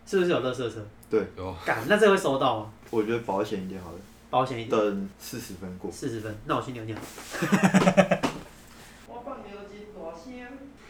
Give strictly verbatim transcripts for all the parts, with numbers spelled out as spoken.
是不是有垃圾车？ 对， 有。 干，那这会收到吗？ 我觉得保险一点好了。 保险一点。 等四十分过。 四十分，那我去尿尿。我放尿真大声。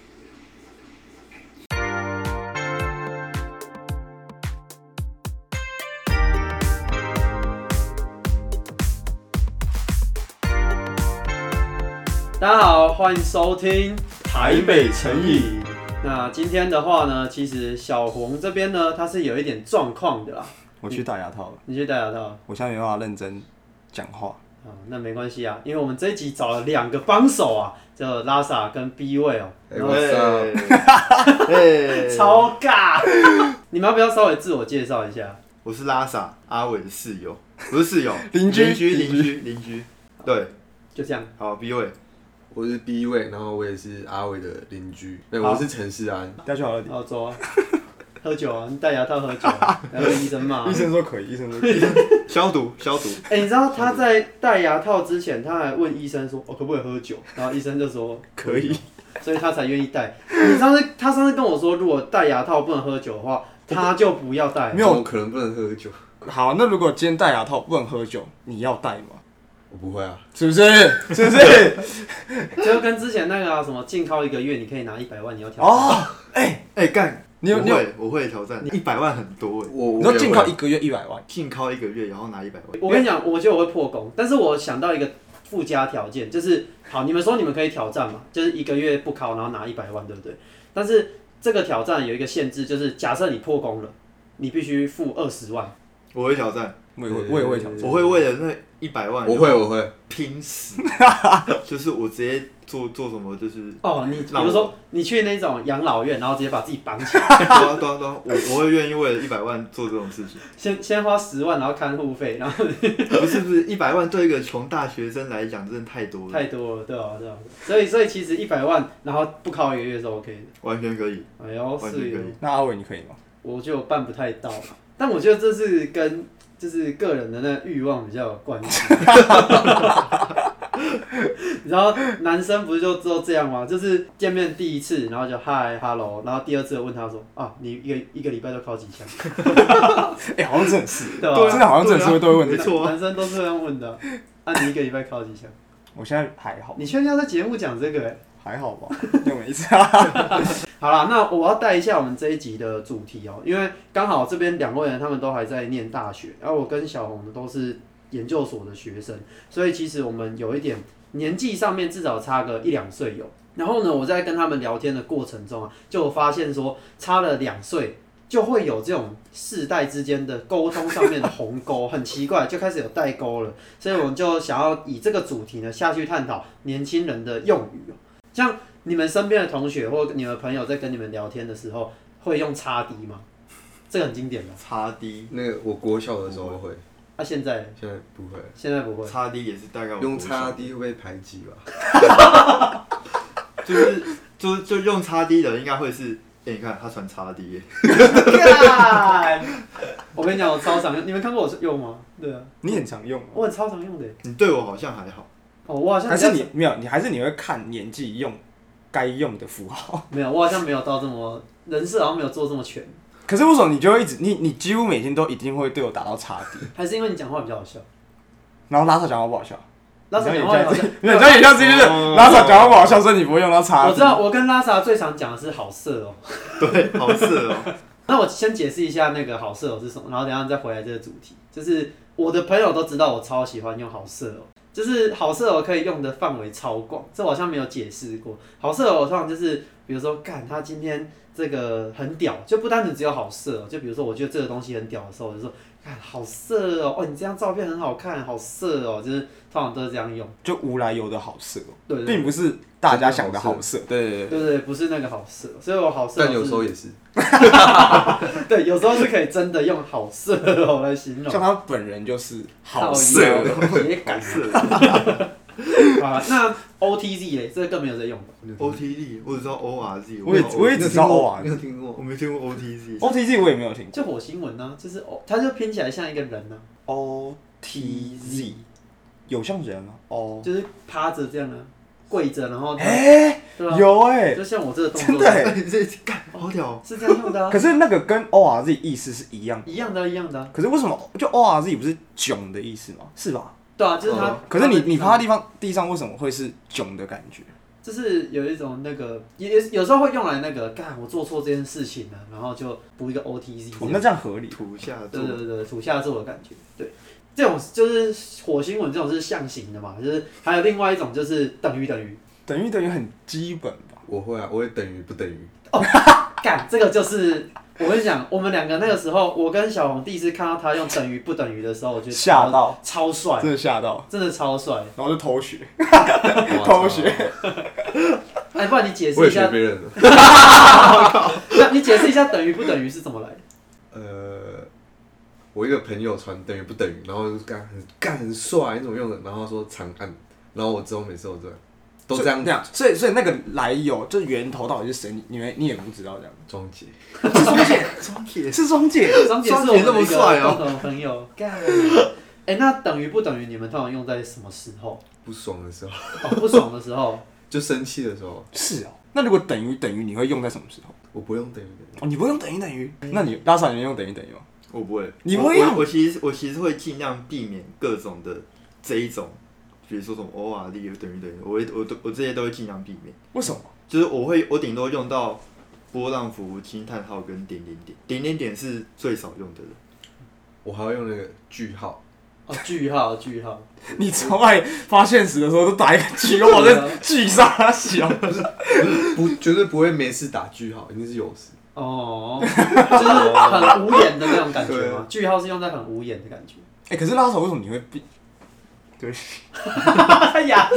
大家好，欢迎收听台北成瘾。 那今天的话呢，其实小红这边呢，他是有一点状况的啦。 我去戴牙套了。 你去戴牙套？ 我现在没办法认真讲话。 啊，那没关系啊，因为我们这一集找了两个帮手啊，叫拉萨跟 B 位哦。 哎，我操！ 超尬！你们要不要稍微自我介绍一下？ 我是拉萨阿伟的室友，不是室友， 邻居邻居邻居邻居。对， 就这样。 好 ，B 位。 我是 B 位，然后我也是阿伟的邻居。对，我是陈世安。 带去好了。 好，走啊！喝酒啊！你戴牙套喝酒、啊，然后被医生骂。 医生说可以，医生说可以。 消毒消毒。 哎、欸，你知道他在戴牙套之前，他还问医生说：“我、哦、可不可以喝酒？”然后医生就说：“ 可以。” 所以他才愿意戴。你上次他上次跟我说，如果戴牙套不能喝酒的话，他就不要戴。 没有可能不能喝酒。 好，那如果今天戴牙套不能喝酒，你要戴吗？ 我不会啊， 是不是？是不是？ 就跟之前那个、啊、什么禁靠一个月，你可以拿一百万，你要挑哦，哎哎干， 你有我会我会挑战，一百万很多哎。 我你说禁靠一个月一百万， 禁靠一个月然后拿一百万。 我跟你讲，我觉得我会破功，但是我想到一个附加条件，就是好，你们说你们可以挑战嘛，就是一个月不考，然后拿一百万，对不对？但是这个挑战有一个限制，就是假设你破功了，你必须付二十万。 我会挑战， 我也会，我也会挑战。 我会为了那一百万， 我会我会拼死，就是我直接做做什么，就是哦，你比如说你去那种养老院，然后直接把自己绑起来， 对啊对啊对啊，我我会愿意为了一百万做这种事情。 先先花十万，然后看护费，然后不是不是，一百万对一个穷大学生来讲真的太多了， 太多了，对啊对啊，所以所以其实一百万，然后不考一个月是 OK 的， 完全可以， 哎呦， 完全可以。 那阿伟你可以吗？ 我就办不太到，但我觉得这是跟就是个人的那个欲望比较有关系。然后男生不是就都这样吗？就是见面第一次，然后就嗨 hello， 然后第二次问他说啊，你一个一个礼拜都考几枪？ 哎、欸，好像真的是， 对吧？ 真的好像真的是会都会问没错、啊， 男生都是这样问的。啊，你一个礼拜考几枪？ 我现在还好。 你确定要在节目讲这个、欸？ 还好吧，又没事啊。 好啦，那我要带一下我们这一集的主题哦、喔，因为刚好这边两位人他们都还在念大学，然后我跟小红呢都是研究所的学生，所以其实我们有一点年纪上面至少差个一两岁有。然后呢，我在跟他们聊天的过程中啊，就有发现说差了两岁就会有这种世代之间的沟通上面的鸿沟，很奇怪，就开始有代沟了。所以我们就想要以这个主题呢下去探讨年轻人的用语、喔，像你们身边的同学或你们朋友在跟你们聊天的时候，会用叉 D 吗？这个很经典的。 叉 D 那个我国小的时候会， 啊，现在现在不会。 现在不会。 叉 D 也是大概我用叉 D 会被排挤吧？ 就是就就用叉 D 的应该会是，哎、欸，你看他传叉 D 耶。 我跟你讲，我超常用，你们看过我用吗？对啊。 你很常用、啊。 我很超常用的。 你对我好像还好。 哦，我好像还是你没有，你还是你会看年纪用该用的符号。 没有，我好像没有到这么人设，好像没有做这么全。 可是为什么你就会一直你你几乎每天都一定会对我打到叉 D？ 还是因为你讲话比较好笑？ 然后拉萨讲话不好笑。 拉萨讲话好笑， 没有，这样也像是就是拉萨讲话不好笑，所以你不会用到叉 D。 我知道，我跟拉萨最常讲的是好色哦、 喔。对，好色哦、喔。 那我先解释一下那个好色哦、喔、是什么，然后等一下再回来这个主题。就是我的朋友都知道我超喜欢用好色哦、喔。就是好色偶可以用的范围超广，这我好像没有解释过。好色偶通常就是，比如说，干他今天这个很屌，就不单纯只有好色哦，就比如说我觉得这个东西很屌的时候，我就说，干好色哦，哦你这张照片很好看，好色哦，就是通常都是这样用， 就无来由的好色哦， 对对对， 并不是大家想的好色，对对对， 对对对，不是那个好色，所以我好色， 但有时候也是， 对，有时候是可以真的用好色哦来形容， 像他本人就是好色， 也敢色。啊，那 O T Z 嘞，这个更没有在用吧 ？O T Z， 我只知道 O R Z， 我也我也只知道 O R Z， 你有听过？ 我没听过 O T Z。 O T Z 我也没有听过， 就火星文呢、啊，就是 O， 它就拼起来像一个人呢、 啊。O T Z 有像人吗？哦， 就是趴着这样啊，跪着，然后哎、欸， 对啊， 有哎、 就像我这个动作， 真的欸哎，这干好屌哦！ 是这样用的啊， 可是那个跟 O R Z 意思是一样的， 一样的啊，一样的啊， 可是为什么就 O R Z 不是囧的意思吗？是吧？ 对啊，就是它。 哦可是你你趴在地地方地上为什么会是囧的感觉？ 就是有一种那个，也也有时候会用来那个，干我做错这件事情了，然后就补一个 O T Z。 哦，那这样合理。 土下座对，对对对，土下座的感觉，对。这种就是火星文，这种是象形的嘛，就是还有另外一种就是等于等于， 等于等于很基本吧？ 我会啊，我会等于不等于。 干这个就是我跟你讲，我们两个那个时候，我跟小红第一次看到他用等于不等于的时候，我觉得吓到， 超帅， 真的吓到， 真的超帅。 然后就偷学， 哇偷学。 哎，不然你解我也学释一下， 别人的。 那你解释一下等于不等于是怎么来的？ 呃，我一个朋友传等于不等于，然后就干很干很帅，你怎么用的？然后他说长按，然后我之后每次都这样，都这样这样，所以所以那个来由，就是源头到底是谁？你你们你也不知道这样。 装姐。 是庄姐， 双铁是庄姐。 张姐是我张姐这么们一个帅哦共同朋友。干，哎，那等于不等于你们通常用在什么时候？ 不爽的时候， 哦，不爽的时候。 就生气的时候， 是哦。那如果等于等于，你会用在什么时候？ 我不用等于等于。 哦，你不会用等于等于？那你拉萨你会用等于等于吗？ 我不会， 你不会用我我我其实我其实会尽量避免各种的这一种，比如说什么 O R D 等于等于，我会我都我这些都会尽量避免。 为什么？ 就是我会我顶多用到波浪符、惊叹号跟点点点，点点点是最少用的了。 我还要用那个句号。 哦，句号句号。 你从来发现时的时候都打一个句号，在句上他小。 不，绝对不会没事打句号，一定是有事。 哦，就是很无言的那种感觉嘛。句号是用在很无言的感觉。 哎，可是拉手为什么你会避？对， 呀，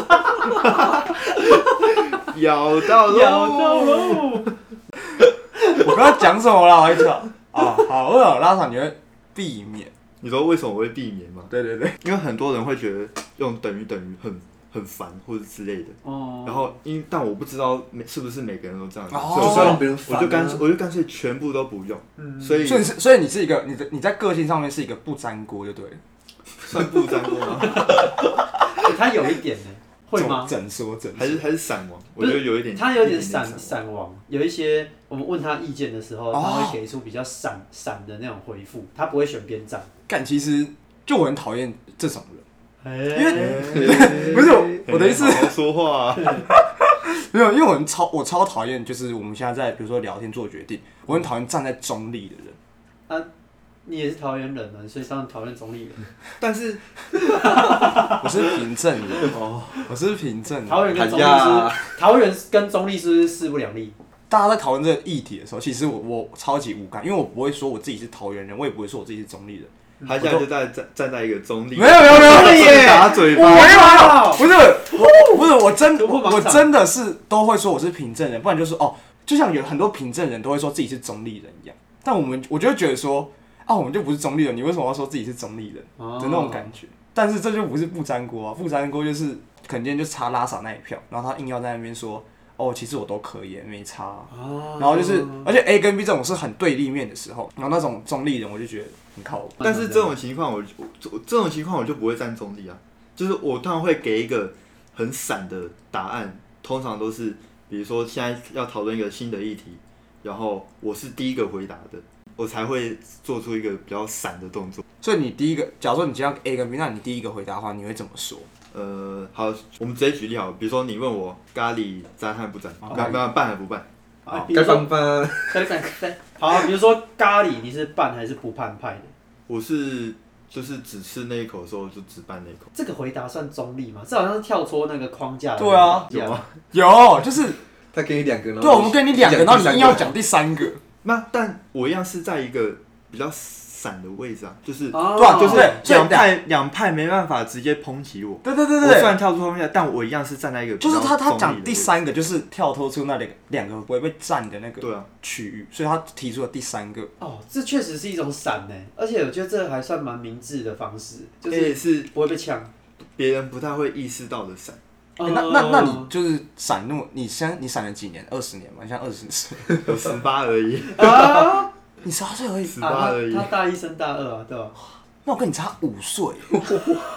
咬到喽， 咬到喽！ 我刚才讲什么了？我一跳啊，好，为什么拉手你会避免？ 你说为什么我会避免吗？ 对对对， 因为很多人会觉得用等于等于很很烦或者之类的。 哦。 然后因但我不知道每是不是每个人都这样子， 哦所以就是要让别人烦啊我就干我就干脆全部都不用。 嗯所以所以你是所以你是一个你的你在个性上面是一个不粘锅就对了。 算不沾过吗？ 欸他有一点呢，会吗？ 整说整说还是还是散王？我觉得有一点， 他有点一散点散王，有一些我们问他意见的时候，他哦会给出比较散散的那种回复，他不会选边站。 干，其实就我很讨厌这种人， 因为不是我的意思好好说话、啊。 没有，因为我很超我超讨厌，就是我们现在在比如说聊天做决定，我很讨厌站在中立的人。 啊，你也是桃园人啊，所以当然讨厌中立人。 但是我是凭证人， 哦， 我是凭证人。 桃园跟中立哎呀是桃园跟中立是不是势不两立？ 大家在讨论这个议题的时候，其实我我超级无感，因为我不会说我自己是桃园人，我也不会说我自己是中立人。 他现在就在站站在一个中立， 没有没有没有对耶打嘴巴， 哇没有，不是我不是我真突破盲场我真的是都会说我是凭证人，不然就是哦，就像有很多凭证人都会说自己是中立人一样。但我们我就会觉得说啊，我们就不是中立人，你为什么要说自己是中立人哦的那种感觉？但是这就不是不粘锅啊，不粘锅就是可能今天就差拉萨那一票，然后他硬要在那边说哦，其实我都可以，没差、啊。 哦然后就是，而且 A 跟 B 这种是很对立面的时候，然后那种中立人我就觉得很靠谱。 但是这种情况我我这种情况我就不会站中立啊，就是我通常会给一个很散的答案，通常都是比如说现在要讨论一个新的议题，然后我是第一个回答的，我才会做出一个比较散的动作。 所以你第一个，假如说你今天 A 跟 B， 那你第一个回答的话，你会怎么说？ 呃，好，我们直接举例好了，比如说你问我咖喱沾和不沾， 好没有没有拌还不拌？ 啊，比如说该翻翻。 该翻翻。好啊，比如说咖喱，你是拌还是不拌派的？ 我是就是只吃那一口的时候就只拌那一口。 这个回答算中立吗？这好像是跳脱那个框架的。 对啊有吗？ 有，就是他给你两个，然后对，我们给你两个，然后你硬要讲讲第三个， 那但我一样是在一个比较散的位置啊，就是、 哦对啊就是对两派两派没办法直接抨击我。 对对对对我虽然跳出框架，但我一样是站在一个比较就是他他中立的讲第位置。 三个，就是跳脱出那两个两个不会被占的那个对啊， 区域，所以他提出了第三个。 哦，这确实是一种闪呢，而且我觉得这还算蛮明智的方式，就也是是不会被呛。 别人不太会意识到的闪。 欸那那那你就是闪那么，你现在你闪了几年？二十年嘛，你现在二十岁， 我十八而已， 啊， 你十八岁而已。 十啊八而已他。他大一升大二啊，对吧？ 那我跟你差五岁。欸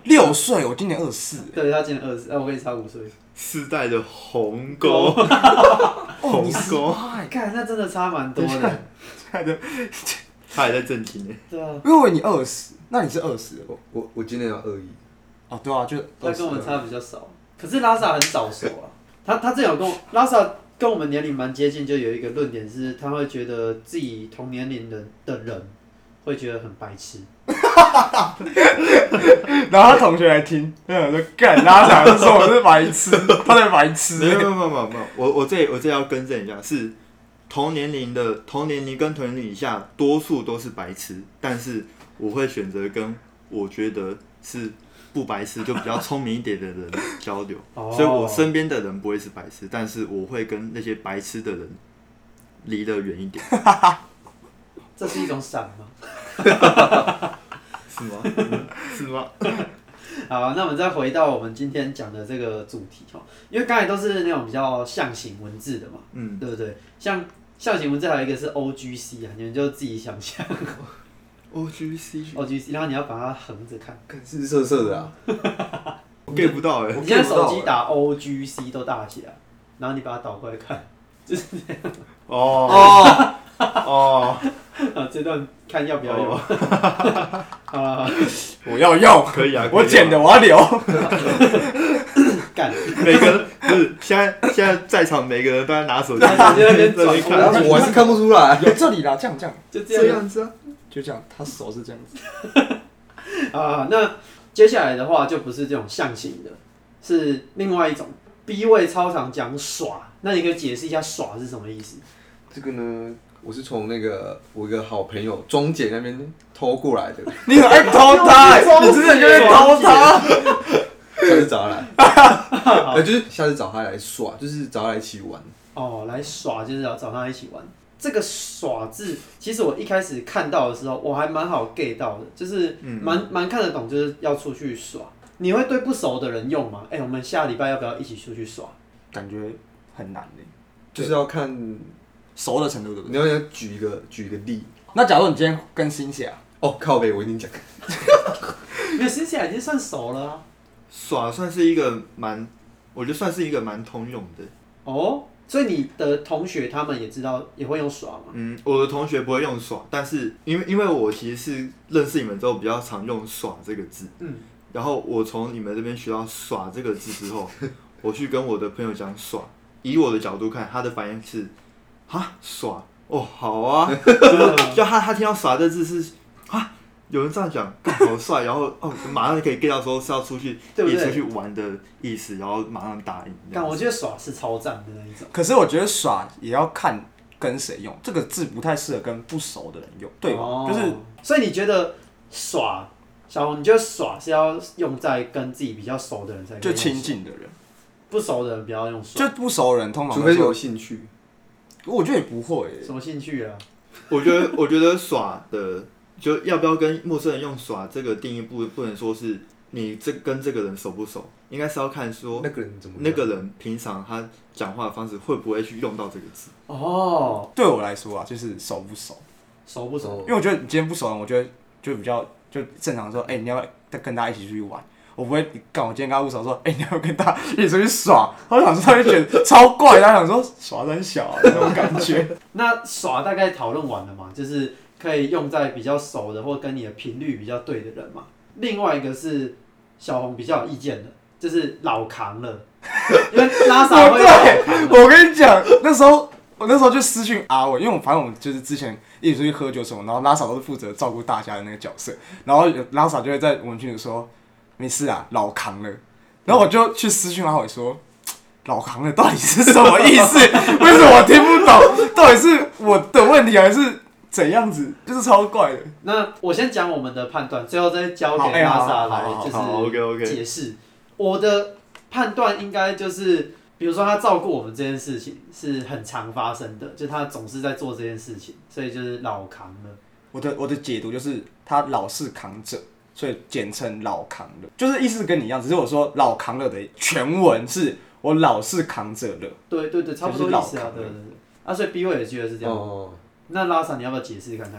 六岁，我今年二十四。 对他今年二十，哎，我跟你差五岁。 世代的鸿沟，鸿沟， 看那真的差蛮多的。 他的， 他还在震惊呢。 对啊， 因为你二十，那你是二十。 我我我今年要二一。 哦，对啊，就他跟我们差比较少。可是拉萨很早熟啊，他他这有跟我拉萨跟我们年龄蛮接近，就有一个论点是，他会觉得自己同年龄的的人会觉得很白痴。 然后他同学来听，他想说干拉萨就说我是白痴，他在白痴。 没有没有没有没有，我我这我这要更正一下，是同年龄的同年龄跟同年龄以下，多数都是白痴，但是我会选择跟我觉得是不白痴就比较聪明一点的人交流， 哦、 所以我身边的人不会是白痴，但是我会跟那些白痴的人离得远一点。 这是一种闪吗？ 是吗？嗯、是吗？ 好，那我们再回到我们今天讲的这个主题哦，因为刚才都是那种比较象形文字的嘛，嗯，对不对？像象形文字还有一个是 O G C 啊，你们就自己想象。 O G C，O G C， 然后你要把它横着看， 看是色色的啊， 我 get 不到哎、欸。 你现在手机打 O G C 都大起来，然后你把它倒过来看，就是这样。 哦哦哦， 啊，这段看要不要用？好了， 我要用， 可以啊， 我剪的我要留。 干， 每个人不是现在现在在场每个人都在拿手机在那边转， 我还是看不出来。 有这里啦，这样这样， 就这样子啊， 就这样，他手是这样子。 啊，那接下来的话就不是这种象形的，是另外一种 B 位超常讲耍，那你可以解释一下耍是什么意思？ 这个呢，我是从那个我一个好朋友钟姐那边偷过来的。 你很爱偷他、欸，你真的就是偷他。 下次找他来，呃，就是下次找他来耍，就是找他来一起玩。 哦，来耍就是要找他一起玩。这个耍字，其实我一开始看到的时候，我还蛮好 get 到的，就是蛮蛮看得懂，就是要出去耍。你会对不熟的人用吗？哎、欸，我们下礼拜要不要一起出去耍？ 感觉很难的、欸， 就是要看熟的程度，对不对？ 你要举一个举一个例。 那假如你今天跟新霞， 哦，靠北，我已经讲。 没有，新霞已经算熟了啊。 耍算是一个蛮，我觉得算是一个蛮通用的。 哦，所以你的同学他们也知道也会用耍吗？ 嗯，我的同学不会用耍，但是因为因为我其实是认识你们之后比较常用耍这个字，嗯，然后我从你们这边学到耍这个字之后，我去跟我的朋友讲耍，以我的角度看，他的反应是，哈耍，哦好啊，就他他听到耍这字是，啊。有人这样讲，好帅，然后哦，马上就可以 get 到说是要出去， 对不对？ 也出去玩的意思，然后马上答应。 但我觉得耍是超赞的那一种。 可是我觉得耍也要看跟谁用，这个字不太适合跟不熟的人用，对吧？哦、就是， 所以你觉得耍，小红，你觉得耍是要用在跟自己比较熟的人才可以用， 就亲近的人， 不熟的人不要用耍。 就不熟的人通常除非有兴趣， 我觉得也不会、欸。 什么兴趣啊？ 我觉得，我觉得耍的。就要不要跟陌生人用耍这个定义不不能说是你这跟这个人熟不熟，应该是要看说那个人怎么那个人平常他讲话的方式会不会去用到这个字。 哦， 对我来说啊，就是熟不熟， 熟不熟？ 因为我觉得你今天不熟人，我觉得就比较就正常说，哎、欸，你要不要跟大家一起出去玩？我不会干，我今天跟他不熟说，哎、欸，你要不要跟大家一起出去耍？他想说他就觉得超怪，他想说耍得很小、啊、那种感觉。 那耍大概讨论完了嘛，就是。可以用在比较熟的或跟你的频率比较对的人嘛。另外一个是小红比较有意见的，就是老扛了，因为拉萨会老扛了。 我跟你讲，那时候我那时候就私讯阿伟，因为我反正我们就是之前一起出去喝酒什么，然后拉萨都是负责照顾大家的那个角色，然后拉萨就会在我们群里说没事啊，老扛了。然后我就去私讯阿伟说。老扛了到底是什么意思？为什么我听不懂？到底是我的问题还是怎样子？就是超怪的。 那我先讲我们的判断，最后再交给拉萨来就是解释。我的判断应该就是，比如说他照顾我们这件事情是很常发生的，就他总是在做这件事情，所以就是老扛了。 我的我的解读就是他老是扛着，所以简称老扛了，就是意思跟你一样，只是我说老扛了的全文是。我老是扛着了， 对对对，差不多意思啊，对对对。啊，所以 B 位也觉得是这样。哦。那拉萨你要不要解释看看？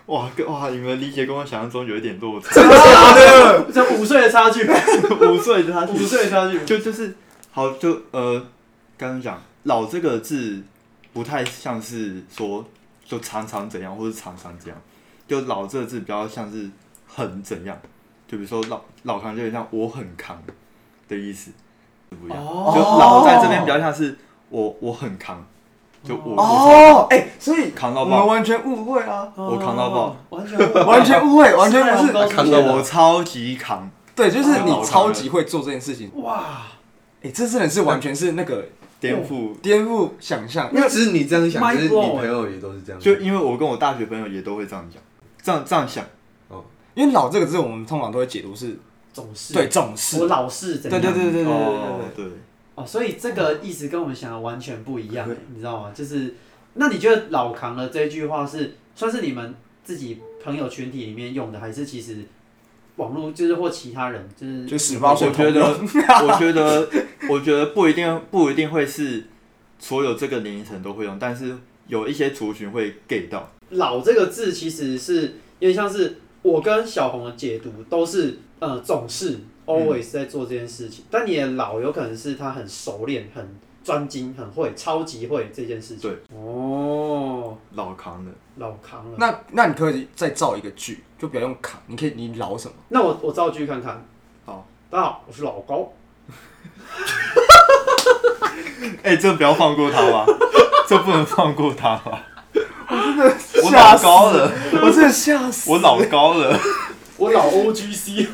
哇，跟哇，你们理解跟我想象中有一点落差， 这五岁的差距， 五岁的差距， 五岁的差距， 就就是好，就呃，刚刚讲老这个字不太像是说就常常怎样，或是常常这样，就老这个字比较像是很怎样，就比如说老老扛就有点像我很扛的意思，不一样， 哦就老在这边比较像是我我很扛。就我哦，哎、欸，所以扛到爆， 我们完全误会啊！ 我扛到爆， 完全完全误会，完全不是扛到我超级扛， 对，就是你超级会做这件事情。 哇， 哎、欸，这真的是完全是那个颠覆颠覆想象， 因为只是你这样想，可是你朋友也都是这样。 就因为我跟我大学朋友也都会这样讲，这样这样想。 哦， 因为老这个字，我们通常都会解读是总是对总是我老是怎样？ 对对对对对哦对。 哦，所以这个意思跟我们想的完全不一样，你知道吗？就是，那你觉得老扛了这句话是算是你们自己朋友群体里面用的，还是其实网络就是或其他人就是就十八岁？ 我觉得，我觉得，我觉得不一定不一定会是所有这个年龄层都会用，但是有一些族群会 get 到。 老这个字其实是有点像是我跟小红的解读都是呃总是。always 在做这件事情，嗯、但你的老有可能是他很熟练、很专精、很会、超级会这件事情。 对， 哦， 老扛了， 老扛了。 那那你可以再造一个句，就不要用扛，你可以你老什么？ 那我我造句看看。 好， 大家好，我是老高。 哎、欸，这不要放过他吧，这不能放过他吧。 我真的我老高了， 我真的吓死， 我老高了， 我老 O G C。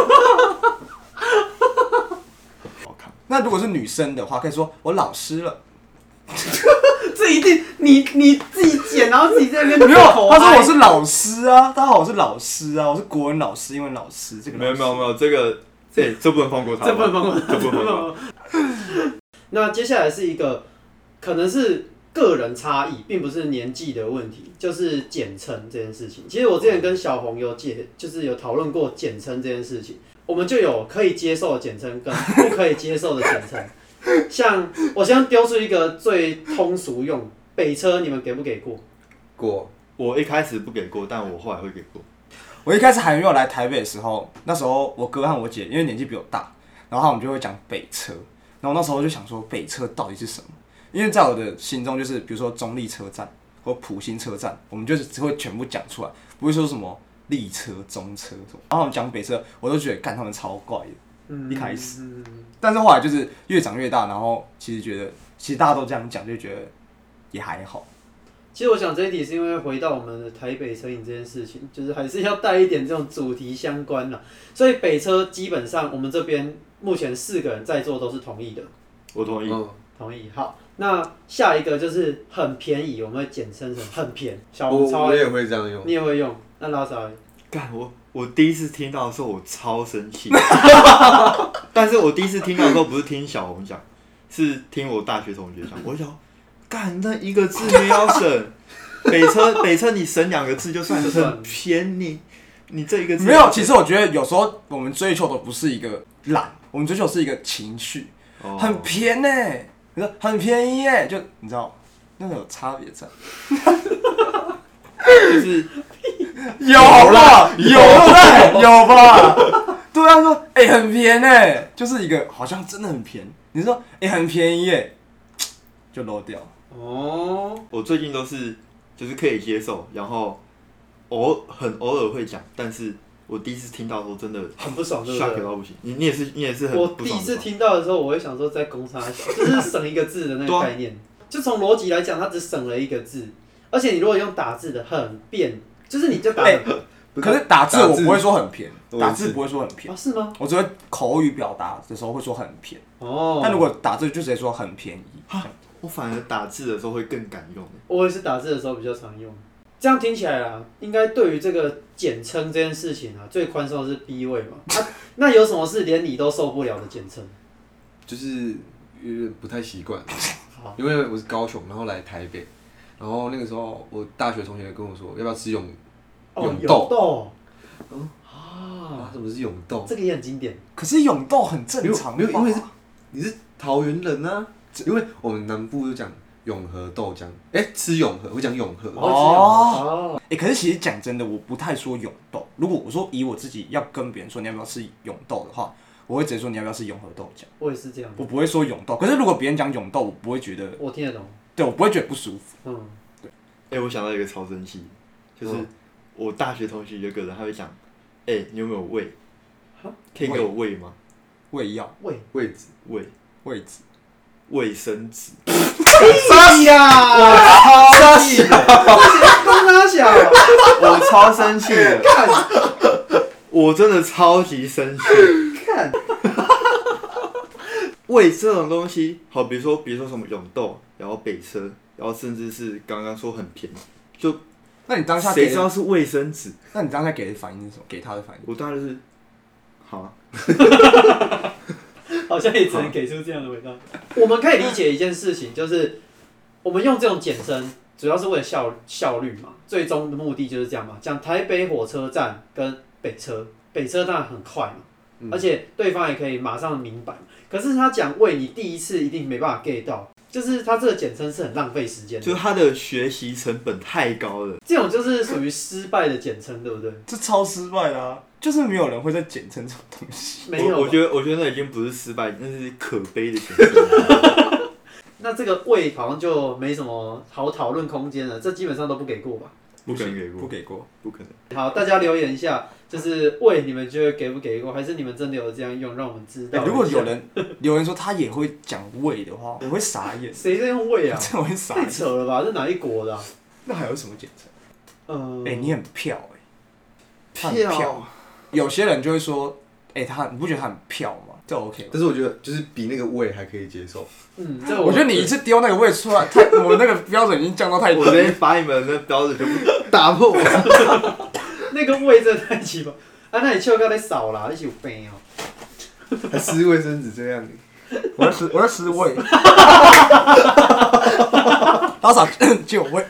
那如果是女生的话，可以说我老师了。 这一定你你自己剪，然后自己在那边没有，他说我是老师啊，大家好，我是老师啊，我是国文老师、英文老师。这个没有没有没有，这个这、欸、这不能放过他， 这不能放过他， 这不能放过他。 那接下来是一个可能是个人差异，并不是年纪的问题，就是简称这件事情。其实我之前跟小红有解，就是有讨论过简称这件事情。我们就有可以接受的简称跟不可以接受的简称。像我先丢出一个最通俗用，北车你们给不给过？ 过。 我一开始不给过，但我后来会给过。 我一开始还没有来台北的时候，那时候我哥和我姐因为年纪比我大，然后他们就会讲北车，然后那时候就想说北车到底是什么？因为在我的心中就是比如说中立车站或埔心车站，我们就是只会全部讲出来，不会说什么。立车、中车什么，然后讲北车，我都觉得干他们超怪的。嗯、一开始，嗯、但是后来就是越长越大，然后其实觉得，其实大家都这样讲，就觉得也还好。 其实我想这一题是因为回到我们的台北车影这件事情，就是还是要带一点这种主题相关啦。所以北车基本上我们这边目前四个人在座都是同意的。 我同意， 嗯、同意。好，那下一个就是很便宜，我们会简称成很便宜。小红超我也会这样用， 你也会用。那拉萨， 干我我第一次听到的时候，我超生气。但是我第一次听到的时候，不是听小红讲，是听我大学同学讲。我想，干那一个字你要省，北车北车你省两个字就算很偏，你你这一个字没有。其实我觉得有时候我们追求的不是一个懒，我们追求是一个情绪，哦、很便宜，你说很便宜耶，就你知道那个有差别在。 就是有啦，有啦，有吧？对啊，说哎、欸、很便宜哎，就是一个好像真的很便宜。你说哎、欸、很便宜哎，就漏掉。 哦， 我最近都是就是可以接受，然后偶很偶尔会讲，但是我第一次听到的时候真的很不爽，对不对？ shock 到不行。你你也是你也是很我不爽。 第一次听到的时候，我会想说在攻杀小，就是省一个字的那个概念。就从逻辑来讲，它只省了一个字。而且你如果用打字的很便，就是你就打、欸。 可是打字我不会说很偏，打字不会说很偏、 哦。是吗？ 我只会口语表达的时候会说很偏。哦。但如果打字就直接说很便宜。 我反而打字的时候会更敢用。 我也是打字的时候比较常用。这样听起来啦，应该对于这个简称这件事情啊，最宽松的是 B 位嘛。啊、那有什么是连你都受不了的简称？ 就是有点不太习惯，因为我是高雄，然后来台北。然后那个时候，我大学同学跟我说，要不要吃永永豆？ 豆， 嗯啊，什么是永豆？ 这个也很经典。 可是永豆很正常， 没有，因为是你是桃园人啊，因为我们南部就讲永和豆浆，哎、吃永和，会讲永和。 哦，哎、欸，可是其实讲真的，我不太说永豆。如果我说以我自己要跟别人说你要不要吃永豆的话，我会直接说你要不要吃永和豆浆。 我也是这样， 我不会说永豆。可是如果别人讲永豆，我不会觉得， 我听得懂， 对我不会觉得不舒服。 嗯， 对。哎、欸，我想到一个超生气，就是我大学同学有个人，他会讲，哎、欸，你有没有胃？可以给我喂吗？ 胃药， 胃位置， 喂， 位置， 卫生纸。 哎呀！我超生气的，公他小， 我超生气的，我真的超级生气。 看， 喂这种东西，好，比如说，比如说什么永豆，然后北车，然后甚至是刚刚说很便宜，就那你当下谁知道是卫生纸？ 那你当下给的反应是什么？给他的反应？ 我当然是，好。 好像也只能给出这样的回答。我们可以理解一件事情，就是我们用这种简称，主要是为了效效率嘛，最终的目的就是这样嘛。讲台北火车站跟北车，北车当然很快嘛，嗯、而且对方也可以马上明白。可是他讲为你第一次一定没办法 get 到，就是他这个简称是很浪费时间的， 就是他的学习成本太高了。 这种就是属于失败的简称，对不对？ 这超失败的啊！就是没有人会再简称这种东西。 没有， 我觉得，我觉得那已经不是失败，那是可悲的简称。 那这个胃好像就没什么好讨论空间了，这基本上都不给过吧？ 不可能给过， 不给过， 不可能。 好，大家留言一下，就是胃你们觉得给不给过，还是你们真的有这样用，让我们知道、欸。 如果有人留言说他也会讲胃的话，我会傻眼。 谁在用胃啊？ 这我会傻眼。 太扯了吧？这哪一国的、啊？ 那还有什么简称？ 嗯， 哎、欸，你很漂哎、欸， 漂。 漂有些人就会说，哎、欸，他你不觉得他很漂吗？这 OK 吗？ 但是我觉得就是比那个胃还可以接受。 嗯，这我, 我觉得你一次丢那个胃出来，太我那个标准已经降到太低。 我直接把你们的标准全部打破。 那个胃真的太奇葩。啊，那你笑到在扫啦，你是有病哦、 喔。还吃卫生纸这样。 我要吃，我要吃胃。老傻救胃。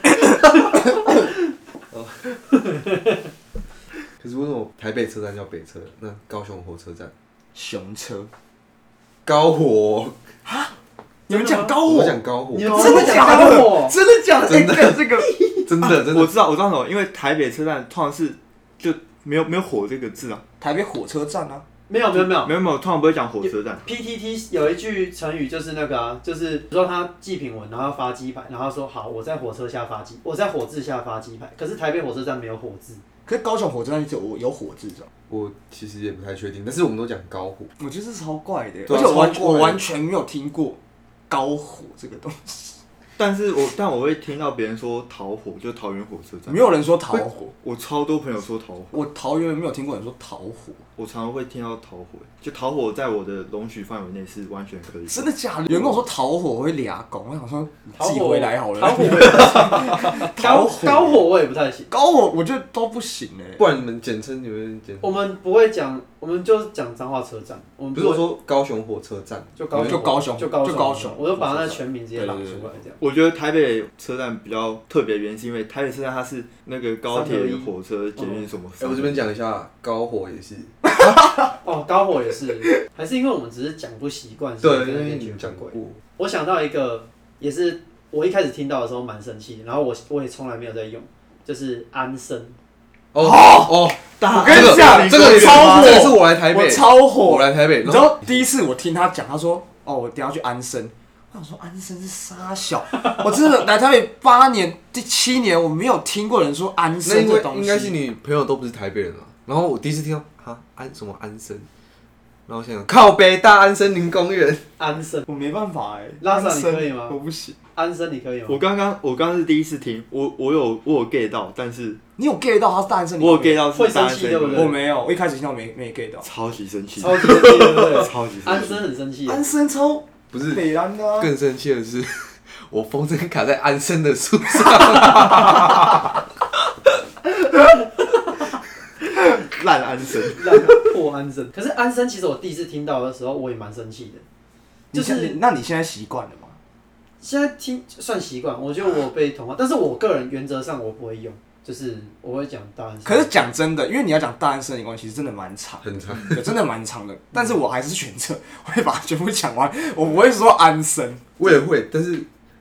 可是为什么台北车站叫北车？那高雄火车站？ 雄车。 高火。 啊？你们讲高火？ 我讲高火。 你们真的讲高火？ 真的假的？ 真的、 欸、这个真的真的。 我知道，我知道什么？因为台北车站通常是就没有没有火这个字啊。 台北火车站啊？ 没有没有没有没有没有，通常不会讲火车站。 P T T 有一句成语就是那个啊，就是比如说他祭品文，然后发鸡排，然后说好我在火车下发鸡，我在火字下发鸡排。可是台北火车站没有火字。 可是高雄火车站有有火字的。 我其实也不太确定，但是我们都讲高火。 我觉得这超怪的， 而且我完我完全没有听过高火这个东西。 但是我但我会听到别人说桃火，就桃园火车站。 没有人说桃火， 我超多朋友说桃火。 我桃园没有听过人说桃火。 我常常会听到桃火，就桃火在我的容许范围内是完全可以。 真的假的？有人跟我说桃火我会俩拱，我想说自己回来好了。 桃火我也不行，高高火我也不太行， 高火我觉得都不行哎、欸。 不然你们简称你们简称？ 我们不会讲，我们就是讲彰化车站。我们不是我说高雄火车站， 就高就高雄就高就高雄， 我就把那全名直接朗出来这样。 我觉得台北车站比较特别的原因是因为台北车站它是那个高铁、火车、捷运什么。 哎，我这边讲一下，高火也是。 哦，高火也是，还是因为我们只是讲不习惯。 对，因为你们讲过。 我想到一个，也是我一开始听到的时候蛮生气的，然后我我也从来没有在用，就是安生。 哦哦， 我跟你讲， 这个超火， 这个是我来台北， 我超火， 我来台北。 你知道第一次我听他讲，他说：“哦，我等下去安生。”我想说安生是啥小？我真的来台北八年，第七年我没有听过人说安生这东西。 应该是你朋友都不是台北人啊。然后我第一次听到哈安什么安生，然后我想想靠北大安森林公园。 安生， 我没办法哎、欸， 拉萨你可以吗？ 我不行。 安生你可以吗？ 我刚刚我刚刚是第一次听，我我有我有 get 到，但是你有 get 到他是大安森林？ 我有 get 到是大安森林，对不对？ 我没有，我一开始听到没没 get 到， 超级生气， 超级生气，对不对？ 超级生气。 安生很生气， 安生超不是北安的、啊， 更生气的是，我风筝卡在安生的树上。 烂安生， 烂破安生。可是安生其实我第一次听到的时候，我也蛮生气的。 就是那你现在习惯了吗？ 现在听算习惯，我觉得我被同化，但是我个人原则上我不会用，就是我会讲大安生。 可是讲真的，因为你要讲大安森林公园，其实真的蛮长， 很长， 对，真的蛮长的。但是我还是选择我会把它全部讲完，我不会说安生。 我也会，但是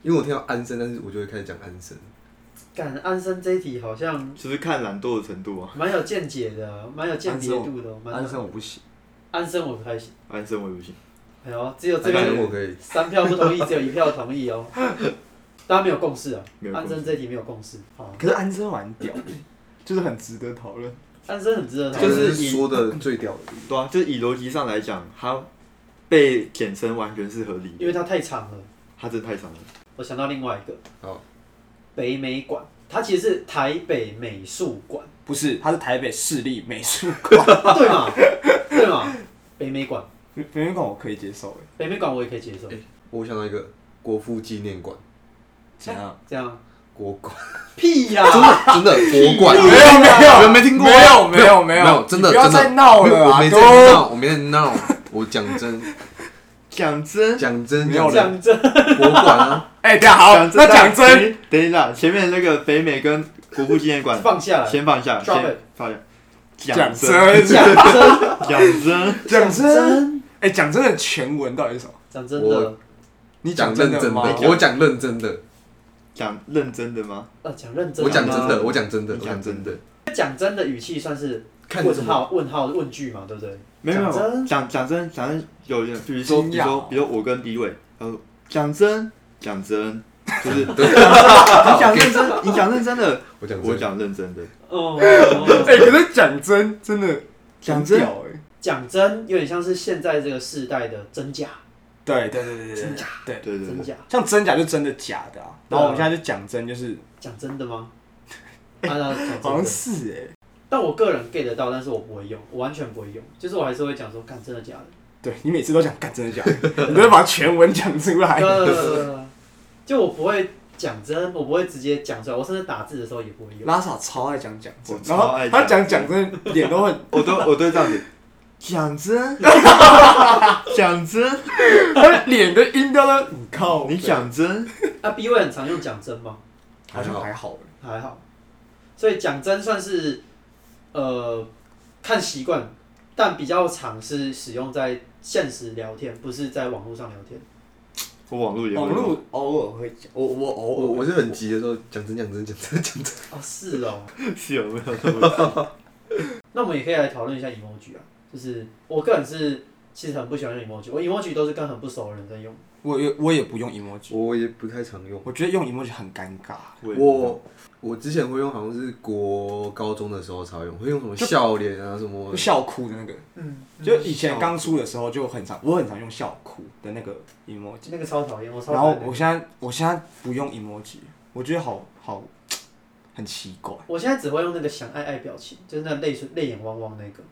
因为我听到安生，但是我就会开始讲安生。 干安生这一题好像就是看懒惰的程度啊。 蛮有见解的，蛮有鉴别度的。 安生我不行， 安生我不太行。 安生我也不行。 哎呦，只有这边我可以三票不同意，只有一票同意哦。大家没有共识啊， 没有共识安生这一题没有共识。好， 可是安生蛮屌的，就是很值得讨论。 安生很值得讨就论。 是说的最屌的。 对啊，就是以逻辑上来讲，它被简称完全是合理的， 因为它太长了。 它真的太长了。 我想到另外一个， 好， 北美馆，它其实是台北美术馆， 不是，它是台北市立美术馆。 对嘛？对嘛？北美馆， 北美馆我可以接受诶。 北美馆我也可以接受。 欸我想到一个国父纪念馆， 怎样？ 这样国馆， 屁呀！ 真的国馆， 没有没有你们没听过吗？ 没有没有没有没有，真的你不要真的再闹了啊我没在都闹，我没在闹，我讲真， 讲真， 讲真， 没有人讲真， 国馆啊， 哎，等一下好，那讲真， 等一下，前面那个北美跟国父纪念馆放下来， 先放下， Drop 先 it 放下。 讲真， 真， 讲真， 讲真， 讲真，哎，讲真的全文到底是什么？ 讲真的我， 你讲真吗？ 认真的，我讲认真的， 讲认真的吗？ 呃，讲认真， 我讲真的， 吗我讲真的， 你我讲真讲真的的， 讲真的语气算是看什么？ 问号、问号、问句嘛，对不对？ 没有没有， 讲真讲讲真讲真有点，比如说比如说比如说我跟 B 位，他说讲真讲真，就是你讲认真，你讲认真的， 我讲我讲认真的， 哦， 哎，可是讲真真的讲真很屌哎。 讲真有点像是现在这个世代的真假， 对对对对对， 真假， 对， 对对对， 真假， 像真假就真的假的啊，然后我们现在就讲真，就是讲真的吗？啊，那讲真好像的。 是哎， 但我个人 get 得到，但是我不会用，我完全不会用，就是我还是会讲说，干真的假的。 对你每次都讲干真的假的，你都会把全文讲出来。 呃，就我不会讲真，我不会直接讲出来，我甚至打字的时候也不会用。 拉萨超爱讲讲真我， 然后超爱他讲讲讲真，脸都会， 我都我都会这样子，讲真，讲真， 他脸跟音调都，你靠， 你讲真， 啊，B 位很常用讲真吗？ 好像还好哎。 还好，所以讲真算是呃看习惯，但比较常是使用在现实聊天，不是在网络上聊天。 我网络也网会用， 络偶尔会讲，我我偶尔我我是很急的时候讲真讲真讲真讲真， 哦，是哦。 是有没有这么那我们也可以来讨论一下 emoji 啊，就是我个人是其实很不喜欢用 emoji，我 emoji 都是跟很不熟的人在用。 我也我也不用 emoji， 我也不太常用。 我觉得用 emoji 很尴尬。 我我之前会用，好像是国高中的时候才会用，会用什么笑脸啊什么就。笑哭的那个， 嗯， 就以前刚出的时候就很常，我很常用笑哭的那个 emoji。 那个超讨厌，我超讨然后厌那个。 我现在我现在不用 emoji，我觉得好好很奇怪。 我现在只会用那个想爱爱表情，就是那泪水泪眼汪汪那个，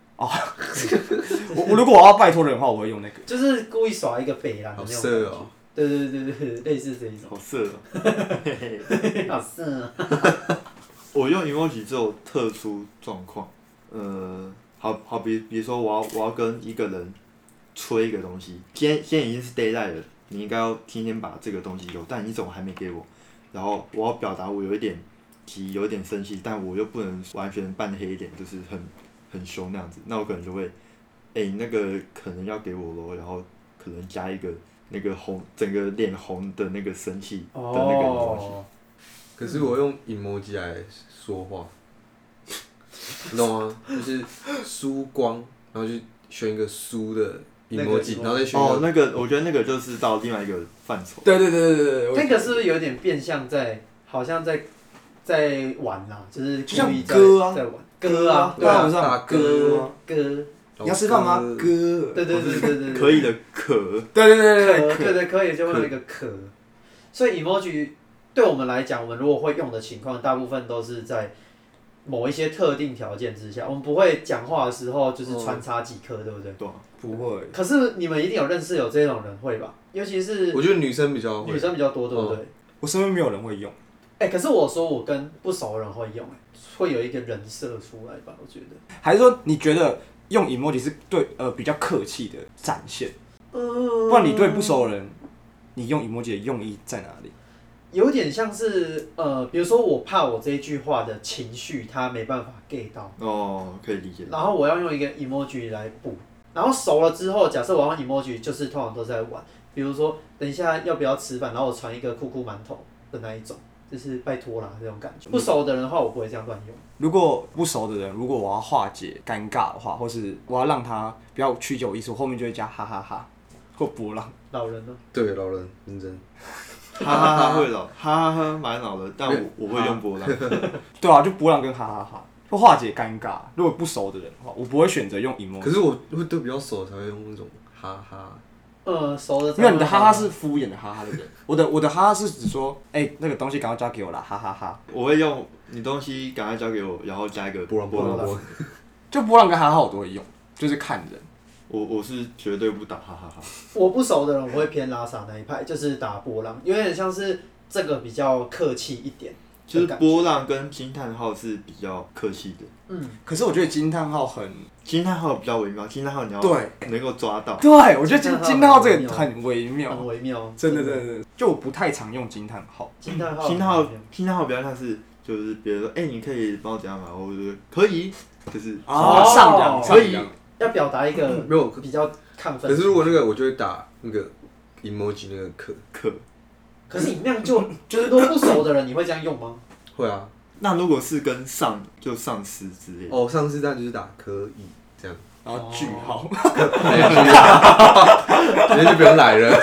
我我如果我要拜托人的话，我会用那个。 就是故意耍一个北兰的好那种。 色哦！ 对对对对对，类似这一种。 好色哦。 好色啊！ 我用 emoji 只有特殊状况，呃，好好比比如说我要我要跟一个人催一个东西，今天现在已经是 deadline 了，你应该要今天把这个东西有，但你怎么还没给我？然后我要表达我有一点急，有一点生气，但我又不能完全扮黑一点，就是很很凶那样子，那我可能就会，哎、欸，那个可能要给我咯，然后可能加一个那个红，整个脸红的那个生气的那个 emoji。 哦， 可是我用 emoji 来说话，你懂吗？就是输光，然后就选一个输的 emoji， 然后再选一哦， 个。 那个我觉得那个就是到另外一个范畴。 对对对对对对， 那个是不是有点变相在，好像在在玩啦、就是就像故意在歌啊在玩歌啊，对啊对啊不，是大歌歌， 你要吃饭吗？哥。 对对对对对， 可以的，可对对对对可对对可以就会有一个可，所以 emoji 对我们来讲，我们如果会用的情况，大部分都是在某一些特定条件之下，我们不会讲话的时候就是穿插几颗，对不对？ 对啊， 不会。 可是你们一定有认识有这种人会吧？尤其是我觉得女生比较会女生比较多，对不对？ 我身边没有人会用。 哎、可是我说我跟不熟的人会用、欸，会有一个人设出来吧？我觉得。 还是说你觉得用 emoji 是对呃比较客气的展现？ 嗯。 不然你对不熟的人，你用 emoji 的用意在哪里？ 有点像是呃，比如说我怕我这一句话的情绪他没办法 get 到， 哦，可以理解。 然后我要用一个 emoji 来补然后熟了之后，假设我要 emoji， 就是通常都是在玩，比如说等一下要不要吃饭，然后我传一个酷酷馒头的那一种，就是拜托啦这种感觉。不熟的人的话，我不会这样乱用。 如果不熟的人，如果我要化解尴尬的话，或是我要让他不要曲解我意思，我后面就会加哈哈哈或波浪。 老人呢？ 对，老人认真。 哈哈哈会老，哈哈哈蛮老的，但我我会用波浪。 对啊，就波浪跟哈哈哈，会化解尴尬。如果不熟的人的话，我不会选择用 emoji。 可是我会对比较熟才会用那种哈哈。 呃，熟的。 因为你的哈哈是敷衍的哈哈的人，我的我的哈哈是指说，哎、欸，那个东西赶快交给我啦，哈哈哈。 我会用你东西赶快交给我，然后加一个波浪波浪波浪。 就波浪跟哈哈我都会用，就是看人。 我我是绝对不打哈哈哈。 我不熟的人，我会偏拉萨那一派，就是打波浪，有点像是这个比较客气一点。 就是波浪跟惊叹号是比较客气的。 嗯。 可是我觉得惊叹号很， 惊叹号比较微妙，惊叹号你要对能够抓到。 对，我觉得惊惊叹号这个很微妙， 很微妙， 真的真的。就我不太常用惊叹号。 惊叹号。 惊叹号惊叹号比较像是就是别人说，哎、欸，你可以帮我怎样嘛？我就可以，就是哦上扬可以。 要表达一个没有比较亢奋。 可是如果那个我就会打那个 emoji 那个可可。 可是你那样就就是都不熟的人，你会这样用吗？ 会啊。 那如果是跟上就上司之类的。 哦，上司当然就是打可以这样， 然后句号， 直接就不用来了。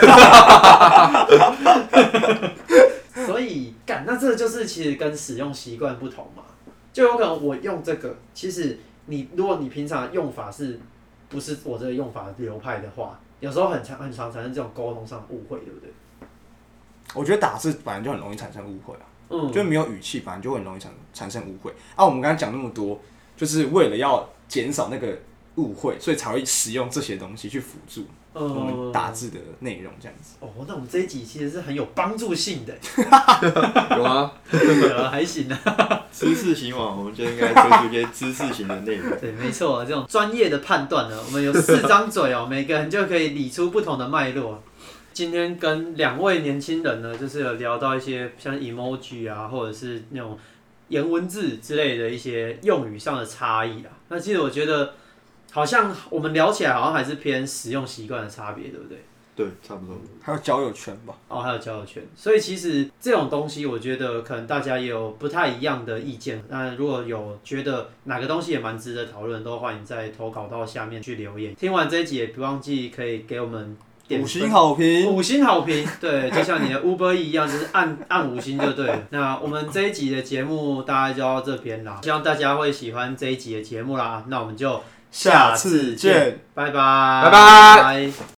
所以干，那这就是其实跟使用习惯不同嘛，就有可能我用这个，其实你如果你平常用法是不是我这个用法流派的话，有时候很常很常产生这种沟通上的误会，对不对？ 我觉得打字本来就很容易产生误会啊。 嗯， 就没有语气，反正就会很容易产产生误会。啊，我们刚才讲那么多，就是为了要减少那个误会，所以才会使用这些东西去辅助我们打字的内容，这样子。 哦，那我们这一集其实是很有帮助性的。 有啊， 有啊，还行啊。 知识型网红就应该推出一些知识型的内容。 对，没错，这种专业的判断呢，我们有四张嘴哦，每个人就可以理出不同的脉络。今天跟两位年轻人呢，就是有聊到一些像 emoji 啊，或者是那种颜文字之类的一些用语上的差异啊。那其实我觉得，好像我们聊起来好像还是偏使用习惯的差别，对不对？ 对，差不多。 还有交友圈吧。 哦，还有交友圈。所以其实这种东西，我觉得可能大家也有不太一样的意见。那如果有觉得哪个东西也蛮值得讨论，都欢迎在投稿到下面去留言。听完这一集，也不忘记可以给我们。 五星好评， 五星好评，对，就像你的 Uber E 一样，就是按按五星就对了。那我们这一集的节目大概就到这边啦，希望大家会喜欢这一集的节目啦。那我们就下次见， 拜拜， 拜拜。